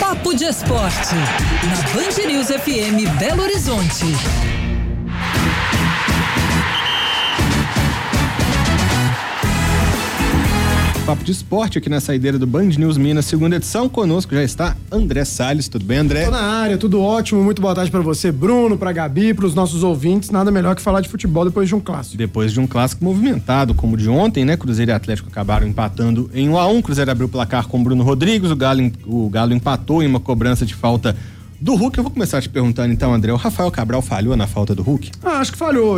Papo de Esporte, na Band News FM Belo Horizonte. Papo de Esporte aqui na saideira do Band News Minas, segunda edição. Conosco já está André Salles. Tudo bem, André? Tô na área, tudo ótimo. Muito boa tarde pra você, Bruno, pra Gabi, pros nossos ouvintes. Nada melhor que falar de futebol depois de um clássico. Depois de um clássico movimentado, como o de ontem, né? Cruzeiro e Atlético acabaram empatando em 1-1. Cruzeiro abriu o placar com o Bruno Rodrigues. O Galo empatou em uma cobrança de falta do Hulk. Eu vou começar te perguntando então, André, o Rafael Cabral falhou na falta do Hulk? Acho que falhou.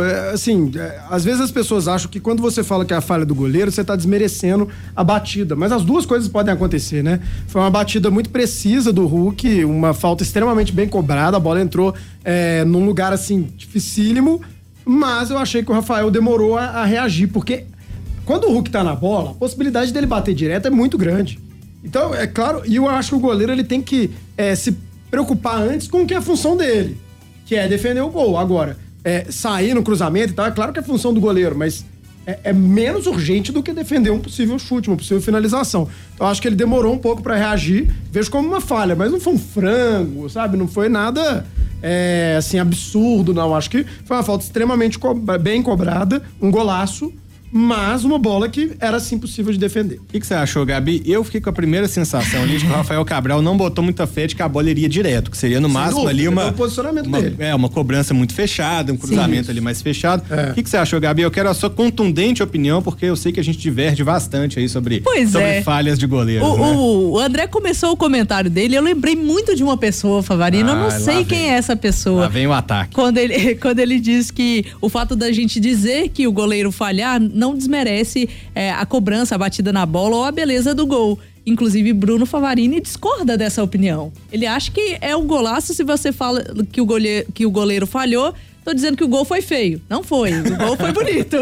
Às vezes as pessoas acham que quando você fala que é a falha do goleiro, você tá desmerecendo a batida, mas as duas coisas podem acontecer, né? Foi uma batida muito precisa do Hulk, uma falta extremamente bem cobrada, a bola entrou num lugar assim, dificílimo, mas eu achei que o Rafael demorou a reagir, porque quando o Hulk tá na bola, a possibilidade dele bater direto é muito grande. Então, é claro, e eu acho que o goleiro ele tem que se preocupar antes com o que é a função dele, que é defender o gol. Agora, sair no cruzamento e tal, é claro que é função do goleiro, mas é menos urgente do que defender um possível chute, uma possível finalização. Então, acho que ele demorou um pouco pra reagir, vejo como uma falha, mas não foi um frango, sabe? Não foi nada, assim, absurdo, não. Acho que foi uma falta extremamente bem cobrada, um golaço, mas uma bola que era, assim, possível de defender. O que você achou, Gabi? Eu fiquei com a primeira sensação ali de que o Rafael Cabral não botou muita fé de que a bola iria direto, que seria no máximo ali o posicionamento dele. Uma cobrança muito fechada, um cruzamento ali mais fechado. O que você achou, Gabi? Eu quero a sua contundente opinião, porque eu sei que a gente diverge bastante aí sobre falhas de goleiros. O André começou o comentário dele, eu lembrei muito de uma pessoa, Favarino, eu não sei quem é essa pessoa. Lá vem o ataque. Quando ele diz que o fato da gente dizer que o goleiro falhar não desmerece a cobrança, a batida na bola ou a beleza do gol. Inclusive, Bruno Favarini discorda dessa opinião. Ele acha que é um golaço se você fala que o goleiro falhou. Tô dizendo que o gol foi feio. Não foi. O gol foi bonito.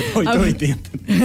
880.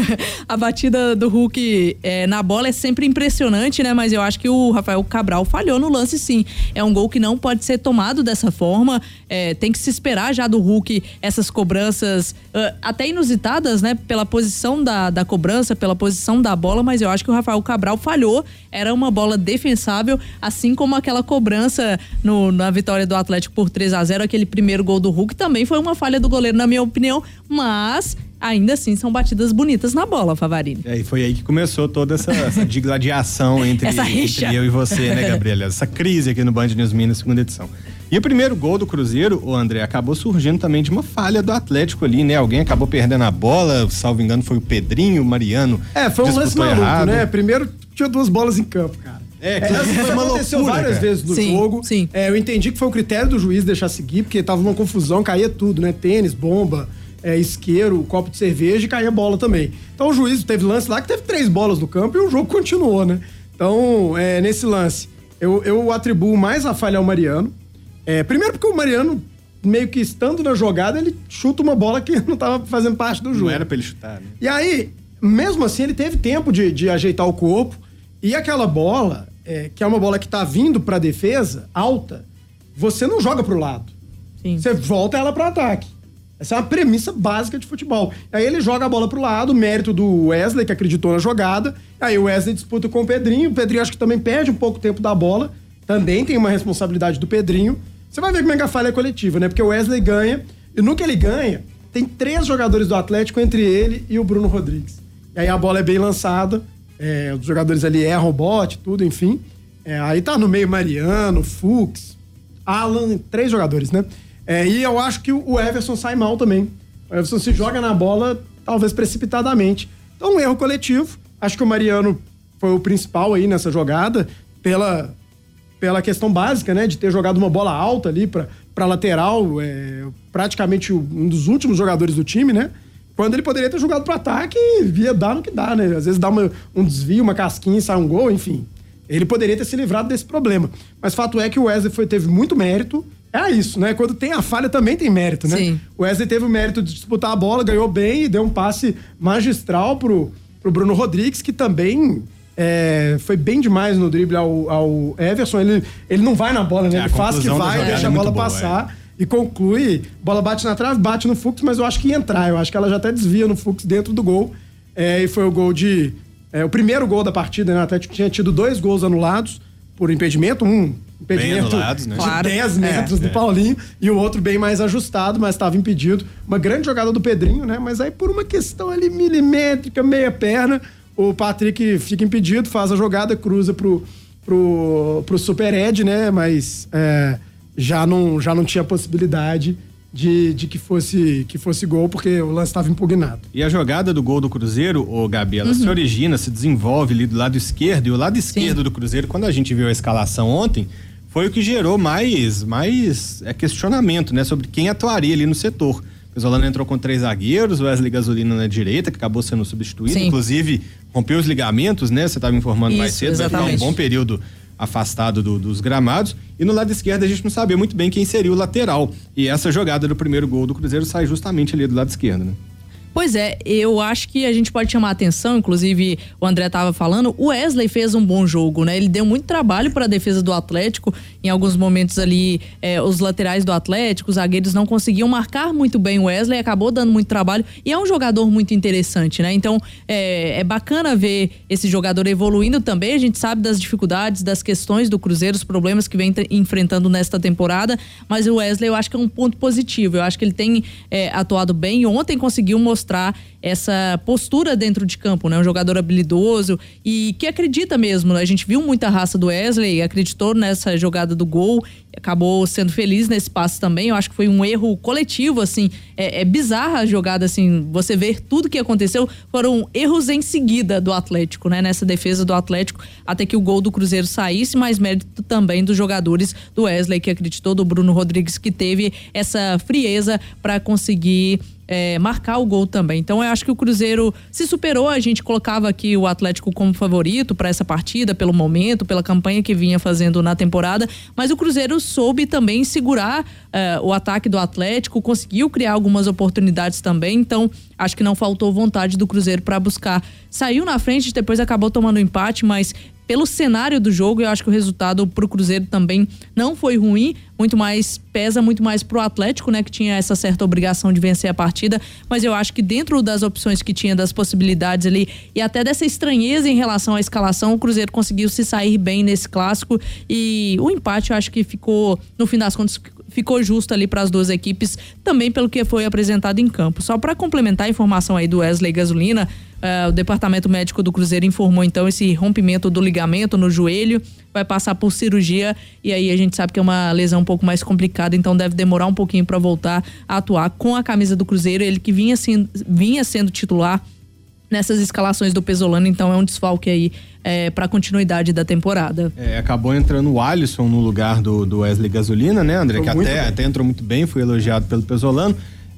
A batida do Hulk na bola é sempre impressionante, né? Mas eu acho que o Rafael Cabral falhou no lance, sim. É um gol que não pode ser tomado dessa forma. Tem que se esperar já do Hulk essas cobranças até inusitadas, né? Pela posição da cobrança, pela posição da bola, mas eu acho que o Rafael Cabral falhou. Era uma bola defensável, assim como aquela cobrança na vitória do Atlético por 3-0, aquele primeiro gol do Hulk também foi uma falha do goleiro, na minha opinião, mas ainda assim são batidas bonitas na bola, Favarini. E foi aí que começou toda essa digladiação entre eu e você, né, Gabriela? Essa crise aqui no Band News Minas, segunda edição. E o primeiro gol do Cruzeiro, o André, acabou surgindo também de uma falha do Atlético ali, né? Alguém acabou perdendo a bola, salvo engano foi o Pedrinho, o Mariano. Foi um lance maluco, errado, né? Primeiro tinha duas bolas em campo, cara. Foi uma aconteceu loucura, várias vezes no jogo. Sim. Eu entendi que foi o critério do juiz deixar seguir, porque tava uma confusão, caía tudo, né? Tênis, bomba, isqueiro, copo de cerveja e caía bola também. Então o juiz teve lance lá que teve 3 bolas no campo e o jogo continuou, né? Então, nesse lance, eu atribuo mais a falha ao Mariano. Primeiro porque o Mariano, meio que estando na jogada, ele chuta uma bola que não tava fazendo parte do jogo. Não era pra ele chutar, né? E aí, mesmo assim, ele teve tempo de ajeitar o corpo. E aquela bola, que é uma bola que tá vindo pra defesa, alta, você não joga pro lado. Sim. Você volta ela pro ataque. Essa é uma premissa básica de futebol. Aí ele joga a bola pro lado, mérito do Wesley, que acreditou na jogada. Aí o Wesley disputa com o Pedrinho acho que também perde um pouco tempo da bola. Também tem uma responsabilidade do Pedrinho. Você vai ver como é que a falha é coletiva, né? Porque o Wesley ganha, e no que ele ganha, tem 3 jogadores do Atlético entre ele e o Bruno Rodrigues. E aí a bola é bem lançada, os jogadores ali erram o bote, tudo, enfim. Aí tá no meio Mariano, Fux, Alan, 3 jogadores, né? E eu acho que o Everson sai mal também. O Everson se joga na bola, talvez precipitadamente. Então, um erro coletivo. Acho que o Mariano foi o principal aí nessa jogada, pela questão básica, né? De ter jogado uma bola alta ali pra lateral, praticamente um dos últimos jogadores do time, né? Quando ele poderia ter jogado pro ataque, ia dar no que dá, né? Às vezes dá um desvio, uma casquinha e sai um gol, enfim. Ele poderia ter se livrado desse problema. Mas fato é que o Wesley teve muito mérito. É isso, né? Quando tem a falha também tem mérito, né? Sim. O Wesley teve o mérito de disputar a bola, ganhou bem e deu um passe magistral pro Bruno Rodrigues, que também foi bem demais no drible ao Everson. Ele não vai na bola, né? Ele faz que vai, deixa a bola passar. E conclui, bola bate na trave, bate no Fux, mas eu acho que ia entrar. Eu acho que ela já até desvia no Fux dentro do gol. E foi o gol o primeiro gol da partida, né? O Atlético tinha tido 2 gols anulados. por impedimento, impedimento anulados, né? de 10 metros do Paulinho e o outro bem mais ajustado, mas estava impedido. Uma grande jogada do Pedrinho, né? Mas aí por uma questão ali milimétrica, meia perna, o Patrick fica impedido, faz a jogada, cruza pro Super Ed, né? Mas já não tinha possibilidade de que fosse gol, porque o lance estava impugnado. E a jogada do gol do Cruzeiro, Gabi, ela se origina, se desenvolve ali do lado esquerdo, e o lado esquerdo do Cruzeiro, quando a gente viu a escalação ontem, foi o que gerou mais questionamento, né, sobre quem atuaria ali no setor. O Pesolano entrou com 3 zagueiros, o Wesley Gasolina na direita, que acabou sendo substituído, inclusive rompeu os ligamentos, né, você estava informando mais cedo, vai ficar um bom período afastado dos gramados, e no lado esquerdo a gente não sabia muito bem quem seria o lateral, e essa jogada do primeiro gol do Cruzeiro sai justamente ali do lado esquerdo, né? Pois é, eu acho que a gente pode chamar a atenção, inclusive o André estava falando, o Wesley fez um bom jogo, né? Ele deu muito trabalho para a defesa do Atlético, em alguns momentos ali, os laterais do Atlético, os zagueiros não conseguiam marcar muito bem o Wesley, acabou dando muito trabalho, e é um jogador muito interessante, né? Então, é bacana ver esse jogador evoluindo também, a gente sabe das dificuldades, das questões do Cruzeiro, os problemas que vem enfrentando nesta temporada, mas o Wesley eu acho que é um ponto positivo, eu acho que ele tem atuado bem, e ontem conseguiu mostrar essa postura dentro de campo, né? Um jogador habilidoso e que acredita mesmo, né? A gente viu muita raça do Wesley, acreditou nessa jogada do gol, acabou sendo feliz nesse passe também. Eu acho que foi um erro coletivo, assim, é bizarra a jogada, assim, você ver tudo que aconteceu, foram erros em seguida do Atlético, né? Nessa defesa do Atlético, até que o gol do Cruzeiro saísse, mas mérito também dos jogadores do Wesley, que acreditou, do Bruno Rodrigues, que teve essa frieza para conseguir marcar o gol também. Então eu acho que o Cruzeiro se superou, a gente colocava aqui o Atlético como favorito para essa partida, pelo momento, pela campanha que vinha fazendo na temporada, mas o Cruzeiro soube também segurar o ataque do Atlético, conseguiu criar algumas oportunidades também, então acho que não faltou vontade do Cruzeiro para buscar. Saiu na frente, depois acabou tomando um empate, mas pelo cenário do jogo, eu acho que o resultado pro Cruzeiro também não foi ruim, pesa muito mais pro Atlético, né, que tinha essa certa obrigação de vencer a partida, mas eu acho que dentro das opções que tinha, das possibilidades ali, e até dessa estranheza em relação à escalação, o Cruzeiro conseguiu se sair bem nesse clássico, e o empate eu acho que ficou, no fim das contas, ficou justo ali para as duas equipes, também pelo que foi apresentado em campo. Só para complementar a informação aí do Wesley Gasolina, o departamento médico do Cruzeiro informou então esse rompimento do ligamento no joelho, vai passar por cirurgia, e aí a gente sabe que é uma lesão um pouco mais complicada, então deve demorar um pouquinho para voltar a atuar com a camisa do Cruzeiro, ele que vinha sendo titular nessas escalações do Pesolano, então é um desfalque aí para continuidade da temporada. Acabou entrando o Alisson no lugar do Wesley Gasolina, né, André? Que até entrou muito bem, foi elogiado pelo Pesolano.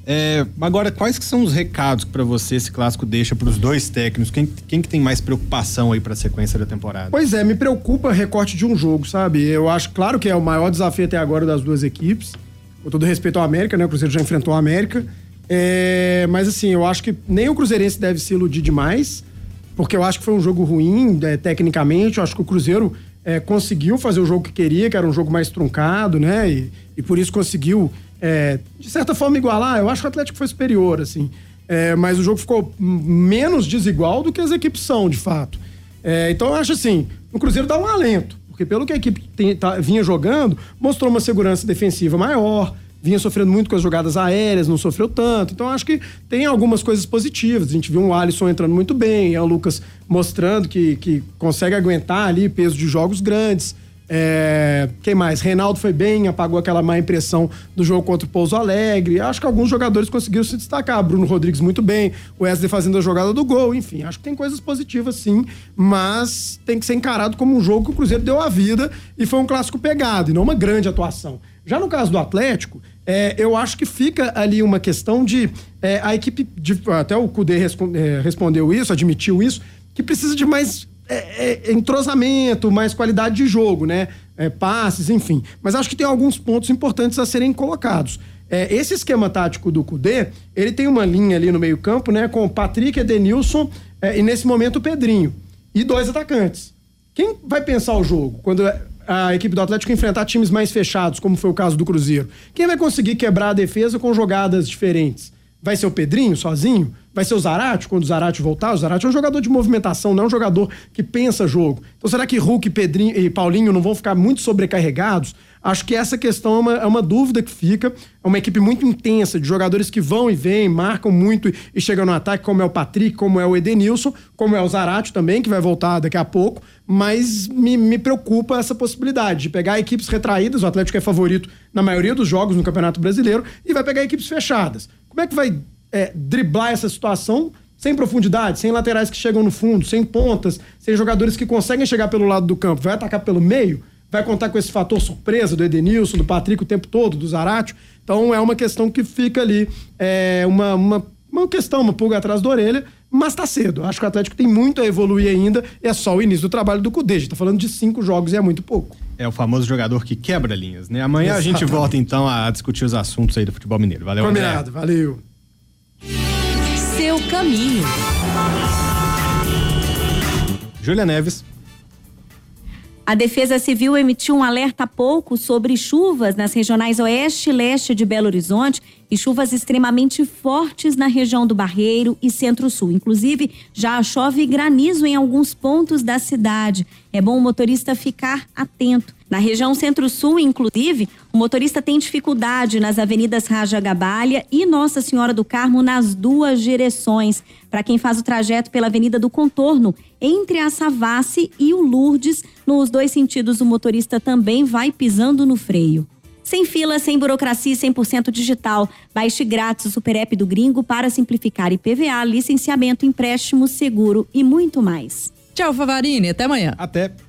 Agora, quais que são os recados que para você esse clássico deixa para os dois técnicos? Quem que tem mais preocupação aí para a sequência da temporada? Pois é, me preocupa recorte de um jogo, sabe? Eu acho, claro que é o maior desafio até agora das duas equipes, com todo respeito ao América, né? O Cruzeiro já enfrentou o América, mas assim, eu acho que nem o cruzeirense deve se iludir demais, porque eu acho que foi um jogo ruim, tecnicamente. Eu acho que o Cruzeiro conseguiu fazer o jogo que queria, que era um jogo mais truncado, né? E por isso conseguiu de certa forma igualar. Eu acho que o Atlético foi superior, assim, mas o jogo ficou menos desigual do que as equipes são, de fato. Então eu acho assim, o Cruzeiro dá um alento, porque pelo que a equipe vinha jogando, mostrou uma segurança defensiva maior, vinha sofrendo muito com as jogadas aéreas, não sofreu tanto. Então acho que tem algumas coisas positivas. A gente viu um Alisson entrando muito bem, o Lucas mostrando que consegue aguentar ali peso de jogos grandes. Quem mais? Reinaldo foi bem, apagou aquela má impressão do jogo contra o Pouso Alegre. Acho que alguns jogadores conseguiram se destacar. Bruno Rodrigues muito bem, o Wesley fazendo a jogada do gol. Enfim, acho que tem coisas positivas sim, mas tem que ser encarado como um jogo que o Cruzeiro deu a vida e foi um clássico pegado, e não uma grande atuação. Já no caso do Atlético, eu acho que fica ali uma questão de a equipe, até o Cudê respondeu isso, admitiu isso, que precisa de mais entrosamento, mais qualidade de jogo, né? Passes, enfim. Mas acho que tem alguns pontos importantes a serem colocados. Esse esquema tático do Cudê, ele tem uma linha ali no meio campo, né? Com o Patrick, Edenilson e nesse momento o Pedrinho. E 2 atacantes. Quem vai pensar o jogo quando a equipe do Atlético enfrentar times mais fechados, como foi o caso do Cruzeiro? Quem vai conseguir quebrar a defesa com jogadas diferentes? Vai ser o Pedrinho sozinho? Vai ser o Zarate, quando o Zarate voltar? O Zarate é um jogador de movimentação, não é um jogador que pensa jogo. Então será que Hulk, Pedrinho e Paulinho não vão ficar muito sobrecarregados? Acho que essa questão é uma dúvida que fica. É uma equipe muito intensa, de jogadores que vão e vêm, marcam muito e chegam no ataque, como é o Patrick, como é o Edenilson, como é o Zarate também, que vai voltar daqui a pouco. Mas me preocupa essa possibilidade de pegar equipes retraídas, o Atlético é favorito na maioria dos jogos no Campeonato Brasileiro, e vai pegar equipes fechadas. Como é que vai driblar essa situação sem profundidade, sem laterais que chegam no fundo, sem pontas, sem jogadores que conseguem chegar pelo lado do campo? Vai atacar pelo meio? Vai contar com esse fator surpresa do Edenilson, do Patrick o tempo todo, do Zarate? Então é uma questão que fica ali, uma pulga atrás da orelha, mas tá cedo. Acho que o Atlético tem muito a evoluir ainda, é só o início do trabalho do Cudê. A gente tá falando de 5 jogos e é muito pouco. É o famoso jogador que quebra linhas, né? Amanhã Exatamente. A gente volta então a discutir os assuntos aí do futebol mineiro. Valeu, Combinado, André. Valeu. Seu caminho. Júlia Neves. A Defesa Civil emitiu um alerta há pouco sobre chuvas nas regionais oeste e leste de Belo Horizonte e chuvas extremamente fortes na região do Barreiro e Centro-Sul. Inclusive, já chove granizo em alguns pontos da cidade. É bom o motorista ficar atento. Na região Centro-Sul, inclusive, o motorista tem dificuldade nas avenidas Raja Gabalha e Nossa Senhora do Carmo nas 2 direções. Para quem faz o trajeto pela Avenida do Contorno, entre a Savassi e o Lourdes, nos 2 sentidos o motorista também vai pisando no freio. Sem fila, sem burocracia e 100% digital. Baixe grátis o Super App do Gringo para simplificar IPVA, licenciamento, empréstimo, seguro e muito mais. Tchau, Favarini. Até amanhã. Até.